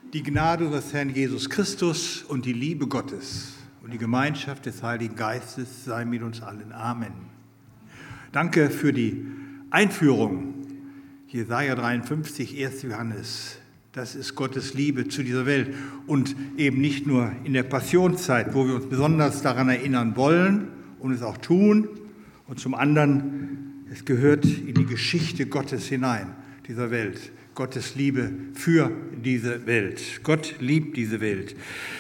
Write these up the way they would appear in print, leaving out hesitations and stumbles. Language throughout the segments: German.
Die Gnade unseres Herrn Jesus Christus und die Liebe Gottes und die Gemeinschaft des Heiligen Geistes sei mit uns allen. Amen. Danke für die Einführung. Jesaja 53, 1. Johannes. Das ist Gottes Liebe zu dieser Welt und eben nicht nur in der Passionszeit, wo wir uns besonders daran erinnern wollen und es auch tun. Und zum anderen, es gehört in die Geschichte Gottes hinein, dieser Welt. Gottes Liebe für diese Welt. Gott liebt diese Welt.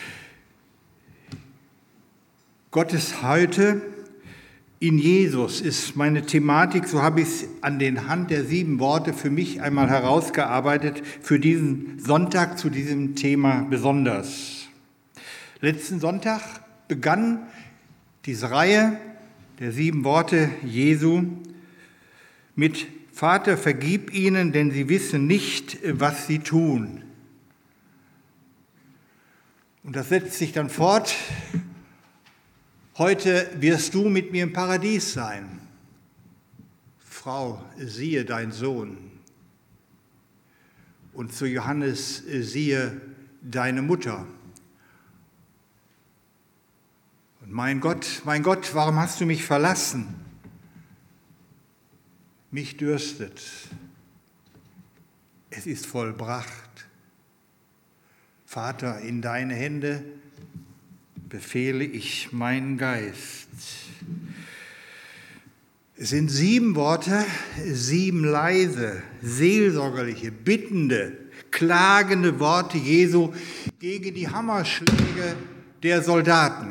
Gottes heute in Jesus ist meine Thematik, so habe ich es an den Hand der 7 Worte für mich einmal herausgearbeitet, für diesen Sonntag zu diesem Thema besonders. Letzten Sonntag begann diese Reihe der 7 Worte Jesu mit Vater, vergib ihnen, denn sie wissen nicht, was sie tun. Und das setzt sich dann fort. Heute wirst du mit mir im Paradies sein. Frau, siehe dein Sohn. Und zu Johannes, siehe deine Mutter. Und mein Gott, warum hast du mich verlassen? Mich dürstet. Es ist vollbracht. Vater, in deine Hände befehle ich meinen Geist. Es sind 7 Worte, 7 leise, seelsorgerliche, bittende, klagende Worte Jesu gegen die Hammerschläge der Soldaten,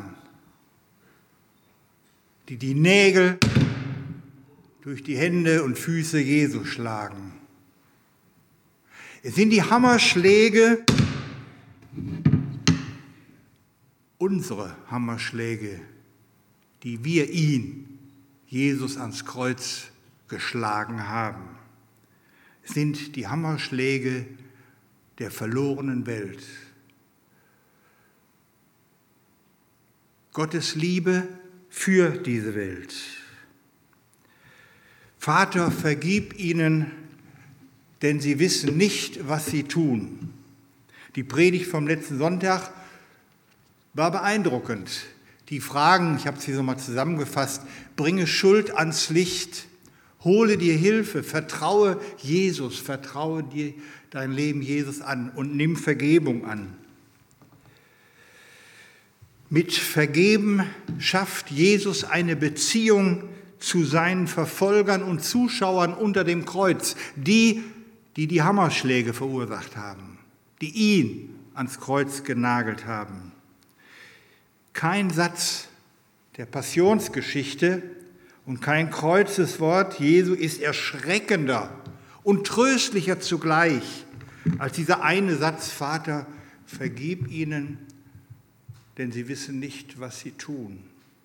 die die Nägel durch die Hände und Füße Jesu schlagen. Es sind die Hammerschläge, unsere Hammerschläge, die wir ihn, Jesus, ans Kreuz geschlagen haben. Es sind die Hammerschläge der verlorenen Welt. Gottes Liebe für diese Welt. Vater, vergib ihnen, denn sie wissen nicht, was sie tun. Die Predigt vom letzten Sonntag war beeindruckend. Die Fragen, ich habe sie so mal zusammengefasst, bringe Schuld ans Licht, hole dir Hilfe, vertraue Jesus, vertraue dir dein Leben Jesus an und nimm Vergebung an. Mit Vergeben schafft Jesus eine Beziehung zu seinen Verfolgern und Zuschauern unter dem Kreuz, die Hammerschläge verursacht haben, die ihn ans Kreuz genagelt haben. Kein Satz der Passionsgeschichte und kein Kreuzeswort Jesu ist erschreckender und tröstlicher zugleich als dieser eine Satz, Vater, vergib ihnen, denn sie wissen nicht, was sie tun.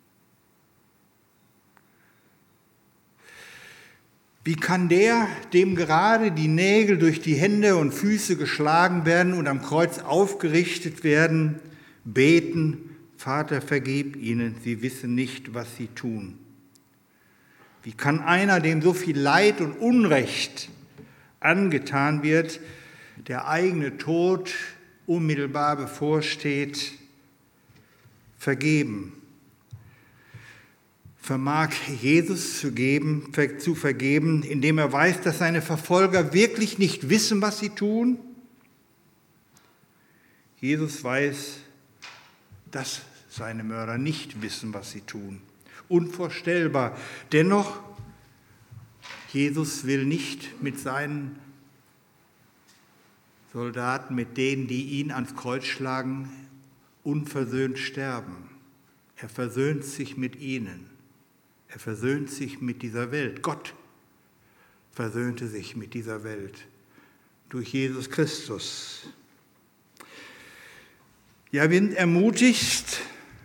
Wie kann der, dem gerade die Nägel durch die Hände und Füße geschlagen werden und am Kreuz aufgerichtet werden, beten, Vater, vergib ihnen, sie wissen nicht, was sie tun? Wie kann einer, dem so viel Leid und Unrecht angetan wird, der eigene Tod unmittelbar bevorsteht, vergeben? Vermag Jesus zu vergeben, indem er weiß, dass seine Verfolger wirklich nicht wissen, was sie tun? Jesus weiß, dass seine Mörder nicht wissen, was sie tun. Unvorstellbar. Dennoch, Jesus will nicht mit seinen Soldaten, mit denen, die ihn ans Kreuz schlagen, unversöhnt sterben. Er versöhnt sich mit ihnen. Er versöhnt sich mit dieser Welt. Gott versöhnte sich mit dieser Welt durch Jesus Christus. Ja, wir sind ermutigt,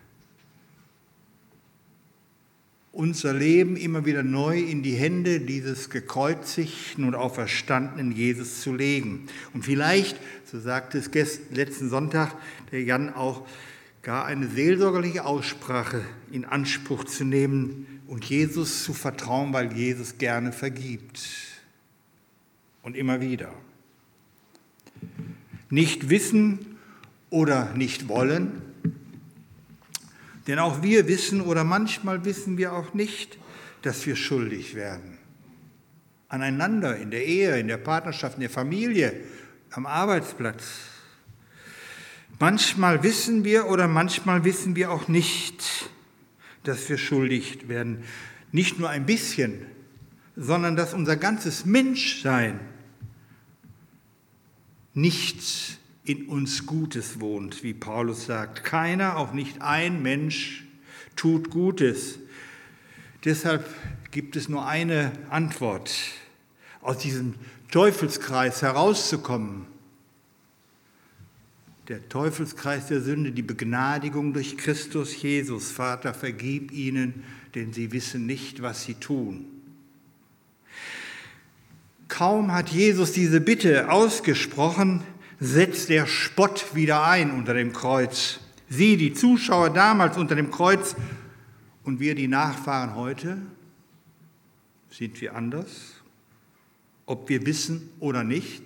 unser Leben immer wieder neu in die Hände dieses gekreuzigten und auferstandenen Jesus zu legen. Und vielleicht, so sagte es letzten Sonntag der Jan auch, gar eine seelsorgerliche Aussprache in Anspruch zu nehmen und Jesus zu vertrauen, weil Jesus gerne vergibt. Und immer wieder. nicht wissen oder nicht wollen. Denn auch wir wissen oder manchmal wissen wir auch nicht, dass wir schuldig werden. Aneinander, in der Ehe, in der Partnerschaft, in der Familie, am Arbeitsplatz. Manchmal wissen wir oder manchmal wissen wir auch nicht, dass wir schuldig werden. Nicht nur ein bisschen, sondern dass unser ganzes Menschsein nichts in uns Gutes wohnt, wie Paulus sagt. Keiner, auch nicht ein Mensch, tut Gutes. Deshalb gibt es nur eine Antwort, aus diesem Teufelskreis herauszukommen. Der Teufelskreis der Sünde, die Begnadigung durch Christus Jesus. Vater, vergib ihnen, denn sie wissen nicht, was sie tun. Kaum hat Jesus diese Bitte ausgesprochen, setzt der Spott wieder ein unter dem Kreuz. Sie, die Zuschauer damals unter dem Kreuz und wir, die Nachfahren heute, sind wir anders? Ob wir wissen oder nicht?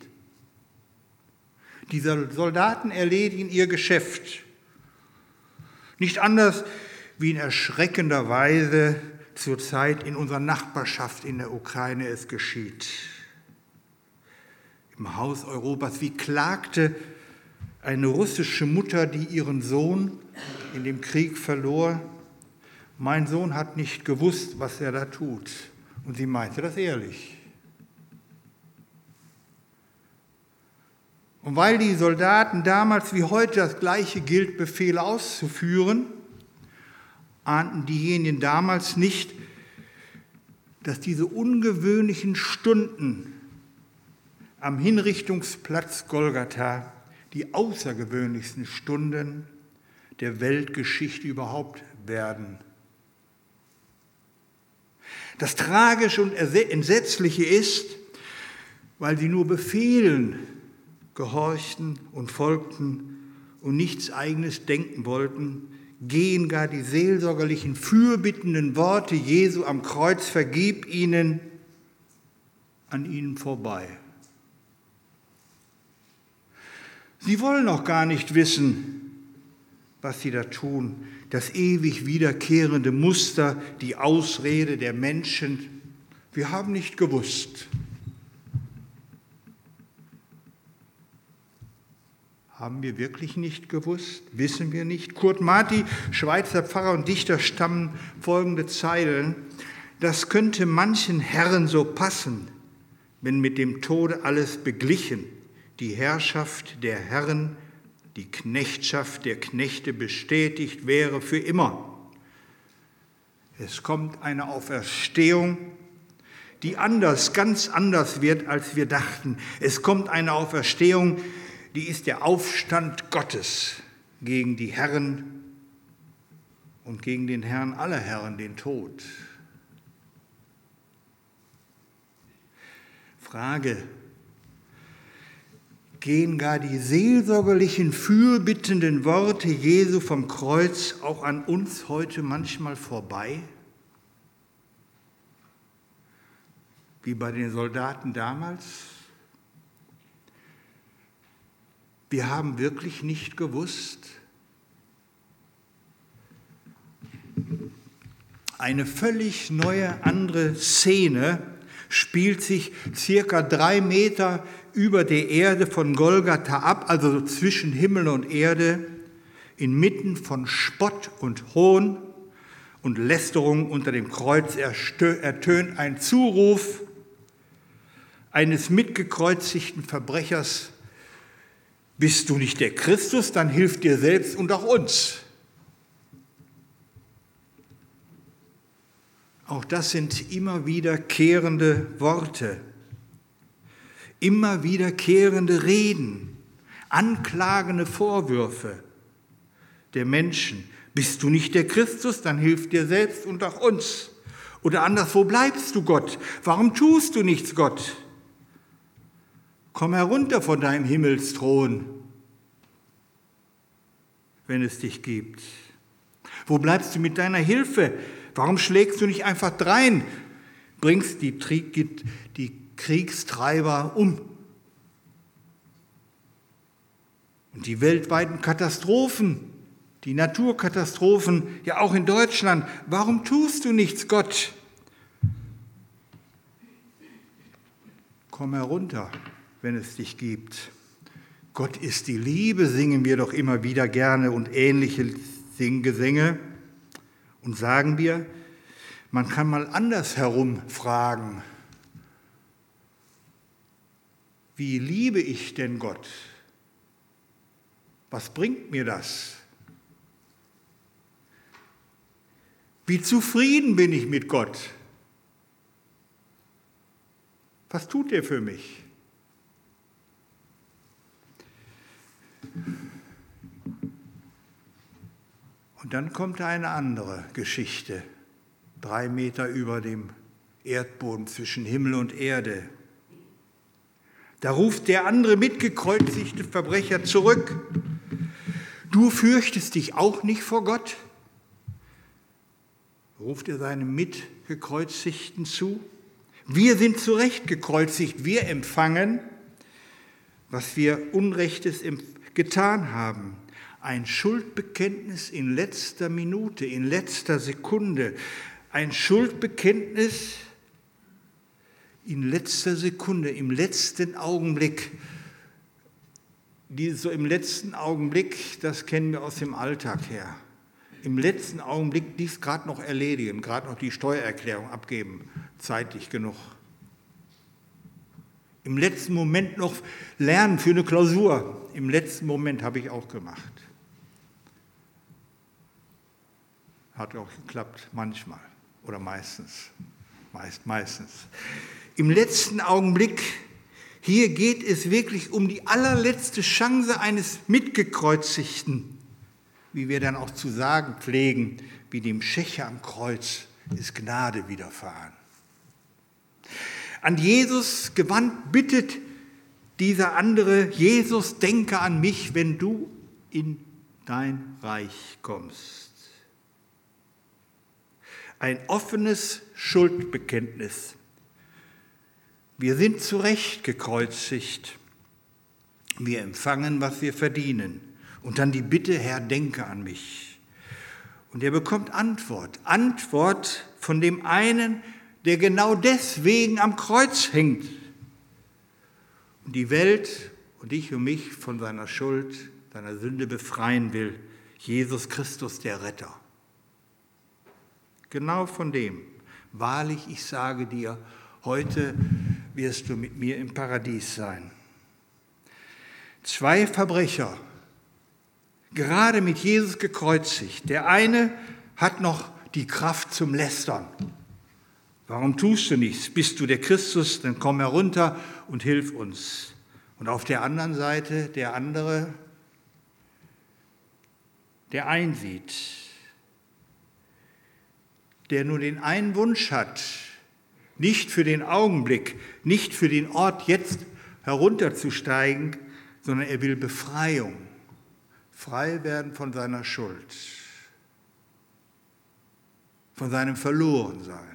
Diese Soldaten erledigen ihr Geschäft. Nicht anders wie in erschreckender Weise zurzeit in unserer Nachbarschaft in der Ukraine es geschieht. Im Haus Europas, wie klagte eine russische Mutter, die ihren Sohn in dem Krieg verlor. Mein Sohn hat nicht gewusst, was er da tut. Und sie meinte das ehrlich. Und weil die Soldaten damals wie heute das Gleiche gilt, Befehle auszuführen, ahnten diejenigen damals nicht, dass diese ungewöhnlichen Stunden am Hinrichtungsplatz Golgatha die außergewöhnlichsten Stunden der Weltgeschichte überhaupt werden. Das Tragische und Entsetzliche ist, weil sie nur Befehlen gehorchten und folgten und nichts Eigenes denken wollten, gehen gar die seelsorgerlichen, fürbittenden Worte Jesu am Kreuz, vergib ihnen, an ihnen vorbei. Sie wollen auch gar nicht wissen, was sie da tun. Das ewig wiederkehrende Muster, die Ausrede der Menschen. Wir haben nicht gewusst. Haben wir wirklich nicht gewusst? Wissen wir nicht? Kurt Marti, Schweizer Pfarrer und Dichter, stammen folgende Zeilen. Das könnte manchen Herren so passen, wenn mit dem Tode alles beglichen, die Herrschaft der Herren, die Knechtschaft der Knechte bestätigt wäre für immer. Es kommt eine Auferstehung, die anders, ganz anders wird, als wir dachten. Es kommt eine Auferstehung, die ist der Aufstand Gottes gegen die Herren und gegen den Herrn aller Herren, den Tod. Frage: Gehen gar die seelsorgerlichen, fürbittenden Worte Jesu vom Kreuz auch an uns heute manchmal vorbei? Wie bei den Soldaten damals? Wir haben wirklich nicht gewusst. Eine völlig neue, andere Szene spielt sich circa 3 Meter über der Erde von Golgatha ab, also zwischen Himmel und Erde, inmitten von Spott und Hohn und Lästerung unter dem Kreuz ertönt ein Zuruf eines mitgekreuzigten Verbrechers: Bist du nicht der Christus, dann hilf dir selbst und auch uns. Auch das sind immer wiederkehrende Worte, immer wiederkehrende Reden, anklagende Vorwürfe der Menschen. Bist du nicht der Christus, dann hilf dir selbst und auch uns. Oder anders, wo bleibst du, Gott? Warum tust du nichts, Gott? Komm herunter von deinem Himmelsthron, wenn es dich gibt. Wo bleibst du mit deiner Hilfe? Warum schlägst du nicht einfach drein, bringst die Kriegstreiber um? Und die weltweiten Katastrophen, die Naturkatastrophen, ja auch in Deutschland. Warum tust du nichts, Gott? Komm herunter, wenn es dich gibt. Gott ist die Liebe, singen wir doch immer wieder gerne und ähnliche Singgesänge. Und sagen wir, man kann mal andersherum fragen, wie liebe ich denn Gott? Was bringt mir das? Wie zufrieden bin ich mit Gott? Was tut er für mich? Und dann kommt eine andere Geschichte, 3 Meter über dem Erdboden zwischen Himmel und Erde. Da ruft der andere mitgekreuzigte Verbrecher zurück. Du fürchtest dich auch nicht vor Gott? Ruft er seinem Mitgekreuzigten zu. Wir sind zu Recht gekreuzigt, wir empfangen, was wir Unrechtes getan haben. Ein Schuldbekenntnis in letzter Minute, in letzter Sekunde. Ein Schuldbekenntnis in letzter Sekunde, im letzten Augenblick. Dieses so im letzten Augenblick, das kennen wir aus dem Alltag her. Im letzten Augenblick dies gerade noch erledigen, gerade noch die Steuererklärung abgeben, zeitig genug. Im letzten Moment noch lernen für eine Klausur. Im letzten Moment habe ich auch gemacht. Hat auch geklappt, manchmal oder meistens. Meistens. Im letzten Augenblick, hier geht es wirklich um die allerletzte Chance eines Mitgekreuzigten, wie wir dann auch zu sagen pflegen, wie dem Schächer am Kreuz ist Gnade widerfahren. An Jesus gewandt bittet dieser andere, Jesus, denke an mich, wenn du in dein Reich kommst. Ein offenes Schuldbekenntnis. Wir sind zu Recht gekreuzigt. Wir empfangen, was wir verdienen. Und dann die Bitte, Herr, denke an mich. Und er bekommt Antwort. Antwort von dem einen, der genau deswegen am Kreuz hängt. Und die Welt und dich und mich von seiner Schuld, seiner Sünde befreien will. Jesus Christus, der Retter. Genau von dem. Wahrlich, ich sage dir, heute wirst du mit mir im Paradies sein. 2 Verbrecher, gerade mit Jesus gekreuzigt. Der eine hat noch die Kraft zum Lästern. Warum tust du nichts? Bist du der Christus? Dann komm herunter und hilf uns. Und auf der anderen Seite der andere, der einsieht, der nur den einen Wunsch hat, nicht für den Augenblick, nicht für den Ort jetzt herunterzusteigen, sondern er will Befreiung, frei werden von seiner Schuld, von seinem Verlorensein.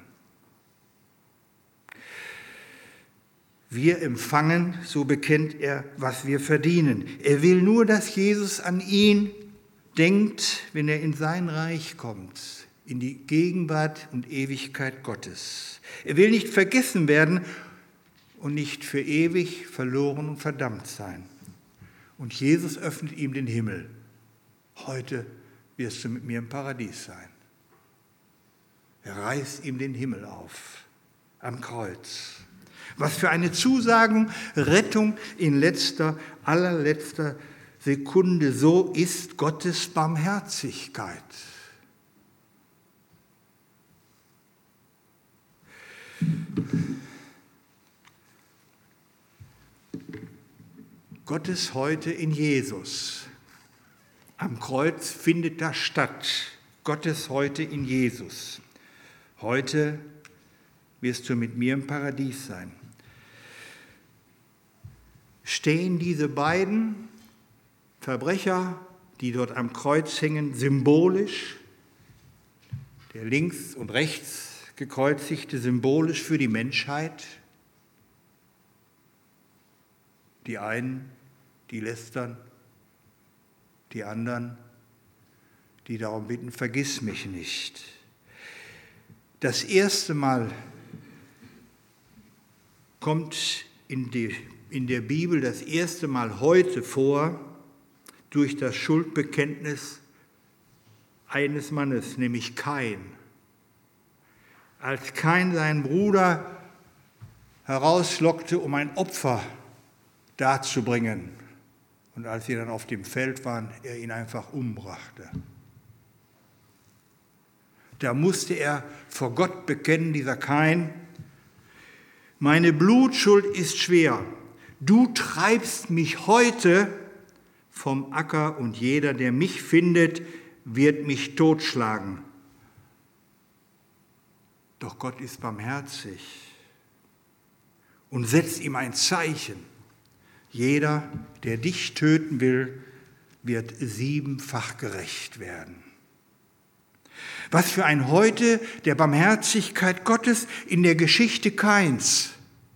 Wir empfangen, so bekennt er, was wir verdienen. Er will nur, dass Jesus an ihn denkt, wenn er in sein Reich kommt, in die Gegenwart und Ewigkeit Gottes. Er will nicht vergessen werden und nicht für ewig verloren und verdammt sein. Und Jesus öffnet ihm den Himmel. Heute wirst du mit mir im Paradies sein. Er reißt ihm den Himmel auf am Kreuz. Was für eine Zusagung, Rettung in allerletzter Sekunde. So ist Gottes Barmherzigkeit. Gottes heute in Jesus. Am Kreuz findet das statt. Gottes heute in Jesus. Heute wirst du mit mir im Paradies sein. Stehen diese beiden Verbrecher, die dort am Kreuz hängen, symbolisch, der links und rechts gekreuzigte, symbolisch für die Menschheit? Die einen, die lästern, Die anderen, die darum bitten, vergiss mich nicht. Das erste Mal kommt in der Bibel das erste Mal heute vor, durch das Schuldbekenntnis eines Mannes, nämlich Kain. Als Kain seinen Bruder herauslockte, um ein Opfer darzubringen, und als sie dann auf dem Feld waren, er ihn einfach umbrachte. Da musste er vor Gott bekennen, dieser Kain: Meine Blutschuld ist schwer. Du treibst mich heute vom Acker und jeder, der mich findet, wird mich totschlagen. Doch Gott ist barmherzig und setzt ihm ein Zeichen. Jeder, der dich töten will, wird 7-fach gerächt werden. Was für ein Heute der Barmherzigkeit Gottes in der Geschichte Kains.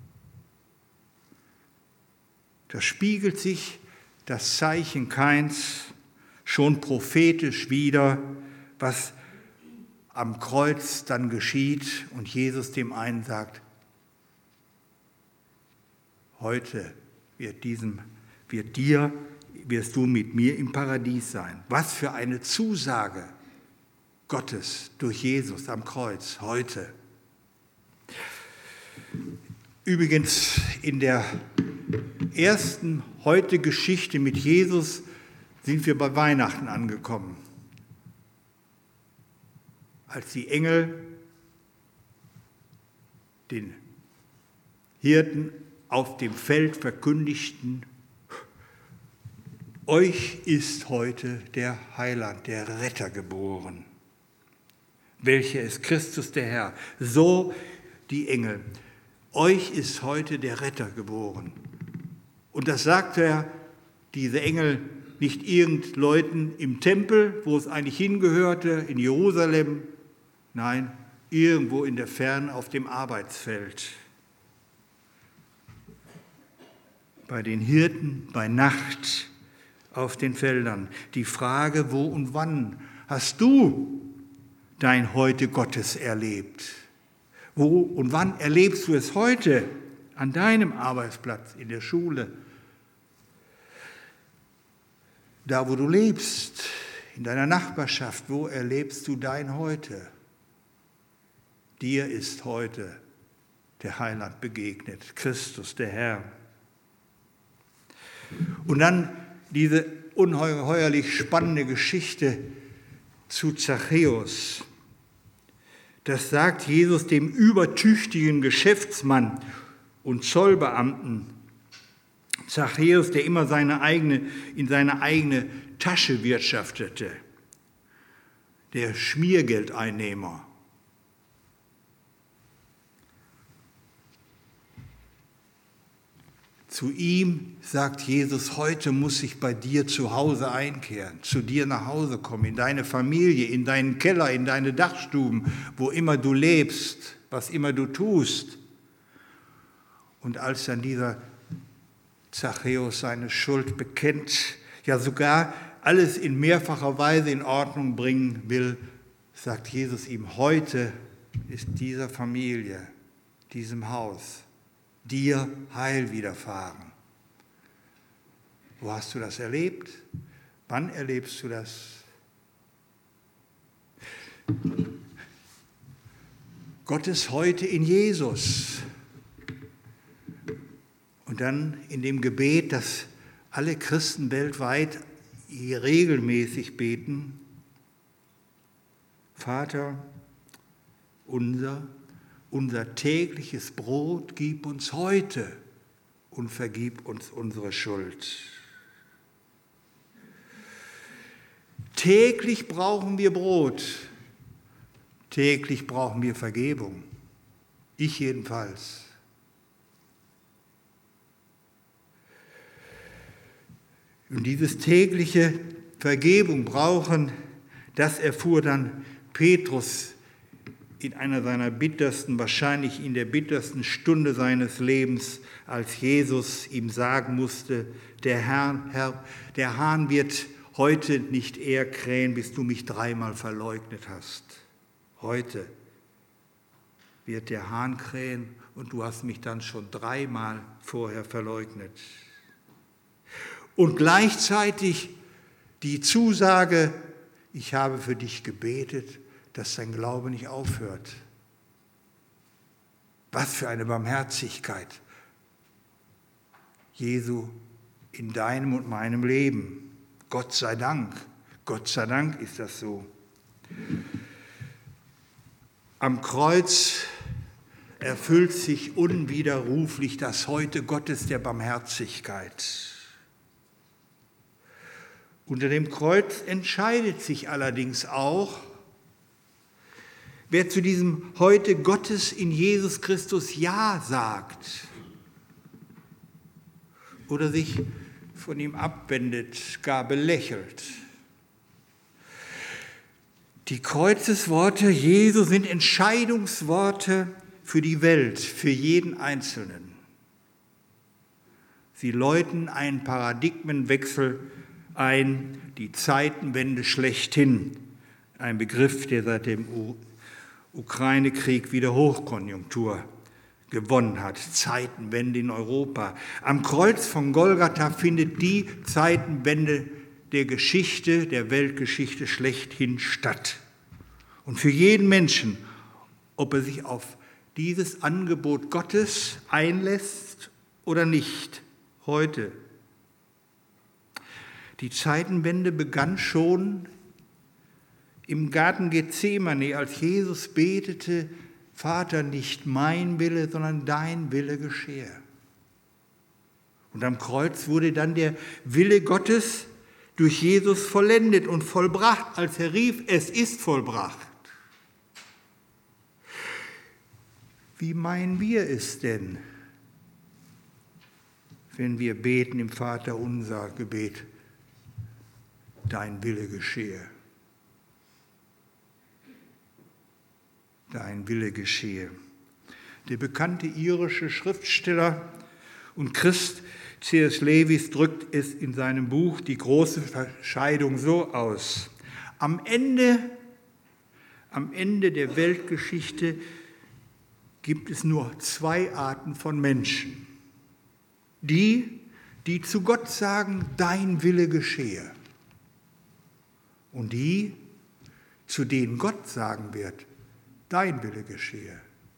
Da spiegelt sich das Zeichen Kains schon prophetisch wider, was am Kreuz dann geschieht und Jesus dem einen sagt: Heute wirst du mit mir im Paradies sein. Was für eine Zusage Gottes durch Jesus am Kreuz heute. Übrigens in der ersten heute Geschichte mit Jesus sind wir bei Weihnachten angekommen. Als die Engel den Hirten auf dem Feld verkündigten: Euch ist heute der Heiland, der Retter geboren. Welcher ist Christus der Herr? So die Engel: Euch ist heute der Retter geboren. Und das sagte diese Engel nicht irgend Leuten im Tempel, wo es eigentlich hingehörte, in Jerusalem. Nein, irgendwo in der Ferne auf dem Arbeitsfeld. Bei den Hirten bei Nacht auf den Feldern. Die Frage: Wo und wann hast du dein Heute Gottes erlebt? Wo und wann erlebst du es heute an deinem Arbeitsplatz, in der Schule? Da, wo du lebst, in deiner Nachbarschaft, wo erlebst du dein Heute? Dir ist heute der Heiland begegnet, Christus, der Herr. Und dann diese ungeheuerlich spannende Geschichte zu Zachäus. Das sagt Jesus dem übertüchtigen Geschäftsmann und Zollbeamten. Zachäus, der immer in seine eigene Tasche wirtschaftete, der Schmiergeldeinnehmer. Zu ihm sagt Jesus: Heute muss ich bei dir zu Hause einkehren, zu dir nach Hause kommen, in deine Familie, in deinen Keller, in deine Dachstuben, wo immer du lebst, was immer du tust. Und als dann dieser Zachäus seine Schuld bekennt, ja sogar alles in mehrfacher Weise in Ordnung bringen will, sagt Jesus ihm: Heute ist dieser Familie, diesem Haus, dir Heil widerfahren. Wo hast du das erlebt? Wann erlebst du das? Gottes Heute in Jesus. Und dann in dem Gebet, das alle Christen weltweit regelmäßig beten: Vater unser tägliches Brot gib uns heute und vergib uns unsere Schuld. Täglich brauchen wir Brot, täglich brauchen wir Vergebung. Ich jedenfalls. Und dieses tägliche Vergebung brauchen, das erfuhr dann Petrus in einer seiner bittersten, wahrscheinlich in der bittersten Stunde seines Lebens, als Jesus ihm sagen musste: Der Hahn wird heute nicht eher krähen, bis du mich 3-mal verleugnet hast. Heute wird der Hahn krähen und du hast mich dann schon 3-mal vorher verleugnet. Und gleichzeitig die Zusage, ich habe für dich gebetet, dass dein Glaube nicht aufhört. Was für eine Barmherzigkeit Jesu in deinem und meinem Leben. Gott sei Dank ist das so. Am Kreuz erfüllt sich unwiderruflich das Heute Gottes der Barmherzigkeit. Unter dem Kreuz entscheidet sich allerdings auch, wer zu diesem Heute Gottes in Jesus Christus Ja sagt oder sich von ihm abwendet, gar belächelt. Die Kreuzesworte Jesu sind Entscheidungsworte für die Welt, für jeden Einzelnen. Sie läuten einen Paradigmenwechsel ein, die Zeitenwende schlechthin, ein Begriff, der seit dem Ukraine-Krieg wieder Hochkonjunktur gewonnen hat. Zeitenwende in Europa. Am Kreuz von Golgatha findet die Zeitenwende der Geschichte, der Weltgeschichte schlechthin statt. Und für jeden Menschen, ob er sich auf dieses Angebot Gottes einlässt oder nicht, heute. Die Zeitenwende begann schon im Garten Gethsemane, als Jesus betete, Vater, nicht mein Wille, sondern dein Wille geschehe. Und am Kreuz wurde dann der Wille Gottes durch Jesus vollendet und vollbracht, als er rief, es ist vollbracht. Wie meinen wir es denn, wenn wir beten im Vater unser Gebet, dein Wille geschehe? Dein Wille geschehe. Der bekannte irische Schriftsteller und Christ C.S. Lewis drückt es in seinem Buch Die große Scheidung so aus. Am Ende der Weltgeschichte gibt es nur 2 Arten von Menschen. Die zu Gott sagen, dein Wille geschehe. Und die, zu denen Gott sagen wird, dein Wille geschehe.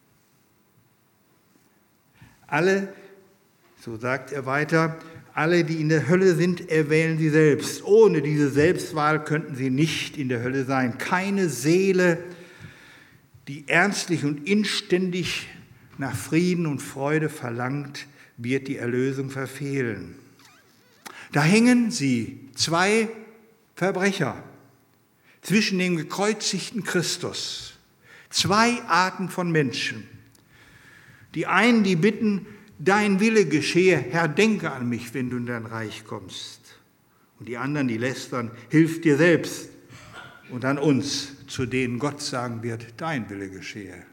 Alle, so sagt er weiter, alle, die in der Hölle sind, erwählen sie selbst. Ohne diese Selbstwahl könnten sie nicht in der Hölle sein. Keine Seele, die ernstlich und inständig nach Frieden und Freude verlangt, wird die Erlösung verfehlen. Da hängen sie, 2 Verbrecher, zwischen dem gekreuzigten Christus. 2 Arten von Menschen. Die einen, die bitten, dein Wille geschehe, Herr, denke an mich, wenn du in dein Reich kommst. Und die anderen, die lästern, hilf dir selbst und an uns, zu denen Gott sagen wird, dein Wille geschehe.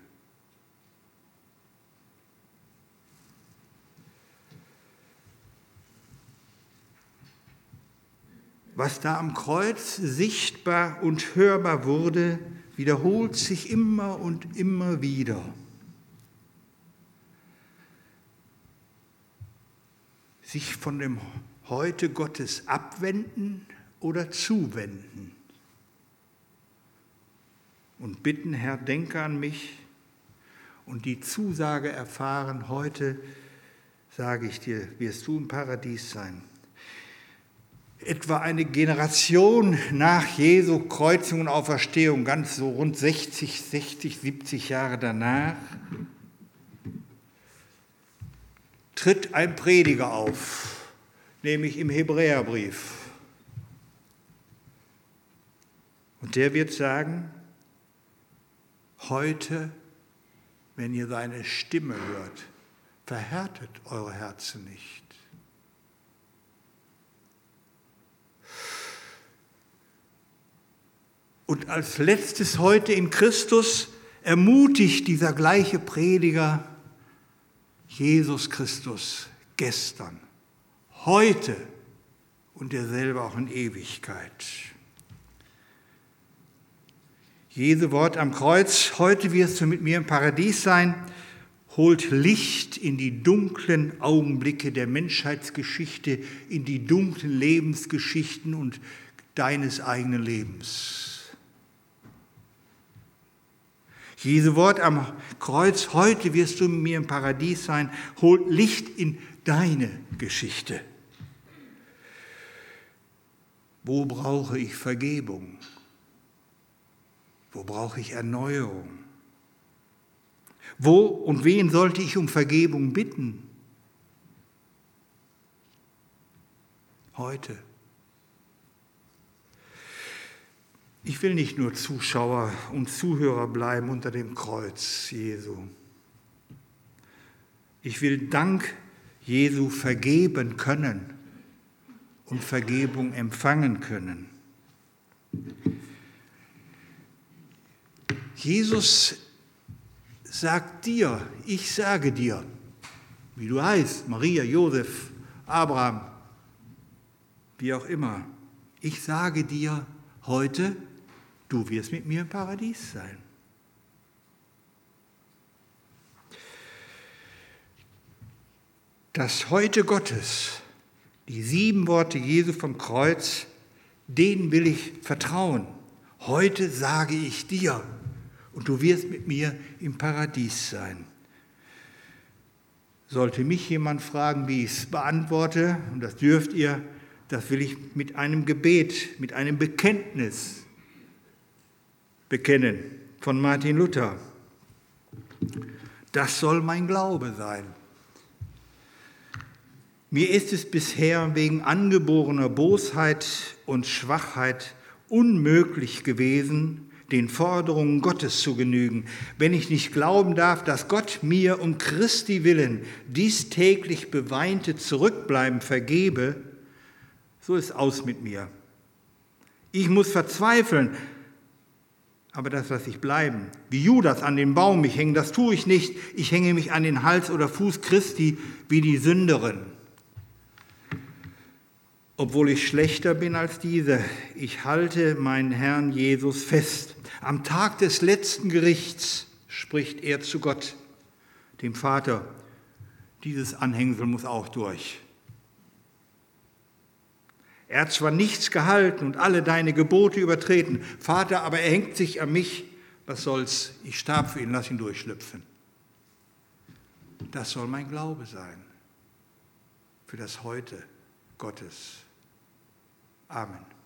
Was da am Kreuz sichtbar und hörbar wurde, wiederholt sich immer und immer wieder. Sich von dem Heute Gottes abwenden oder zuwenden. Und bitten, Herr, denke an mich und die Zusage erfahren, heute, sage ich dir, wirst du im Paradies sein. Etwa eine Generation nach Jesu Kreuzigung und Auferstehung, ganz so rund 60, 70 Jahre danach, tritt ein Prediger auf, nämlich im Hebräerbrief. Und der wird sagen, heute, wenn ihr seine Stimme hört, verhärtet eure Herzen nicht. Und als letztes heute in Christus ermutigt dieser gleiche Prediger Jesus Christus gestern, heute und derselbe auch in Ewigkeit. Jesu Wort am Kreuz, heute wirst du mit mir im Paradies sein, holt Licht in die dunklen Augenblicke der Menschheitsgeschichte, in die dunklen Lebensgeschichten und deines eigenen Lebens. Jesu Wort am Kreuz, heute wirst du mit mir im Paradies sein, holt Licht in deine Geschichte. Wo brauche ich Vergebung? Wo brauche ich Erneuerung? Wo und wen sollte ich um Vergebung bitten? Heute. Ich will nicht nur Zuschauer und Zuhörer bleiben unter dem Kreuz Jesu. Ich will dank Jesu vergeben können und Vergebung empfangen können. Jesus sagt dir, ich sage dir, wie du heißt, Maria, Josef, Abraham, wie auch immer, ich sage dir heute, du wirst mit mir im Paradies sein. Das Heute Gottes, die 7 Worte Jesu vom Kreuz, denen will ich vertrauen. Heute sage ich dir, und du wirst mit mir im Paradies sein. Sollte mich jemand fragen, wie ich es beantworte, und das dürft ihr, das will ich mit einem Gebet, mit einem Bekenntnis bekennen von Martin Luther. Das soll mein Glaube sein. Mir ist es bisher wegen angeborener Bosheit und Schwachheit unmöglich gewesen, den Forderungen Gottes zu genügen, wenn ich nicht glauben darf, dass Gott mir um Christi willen dies täglich beweinte Zurückbleiben vergebe, so ist aus mit mir. Ich muss verzweifeln, aber das lasse ich bleiben. Wie Judas an den Baum mich hängen, das tue ich nicht. Ich hänge mich an den Hals oder Fuß Christi wie die Sünderin. Obwohl ich schlechter bin als diese, ich halte meinen Herrn Jesus fest. Am Tag des letzten Gerichts spricht er zu Gott, dem Vater, dieses Anhängsel muss auch durch. Er hat zwar nichts gehalten und alle deine Gebote übertreten, Vater, aber er hängt sich an mich. Was soll's? Ich starb für ihn, lass ihn durchschlüpfen. Das soll mein Glaube sein für das Heute Gottes. Amen.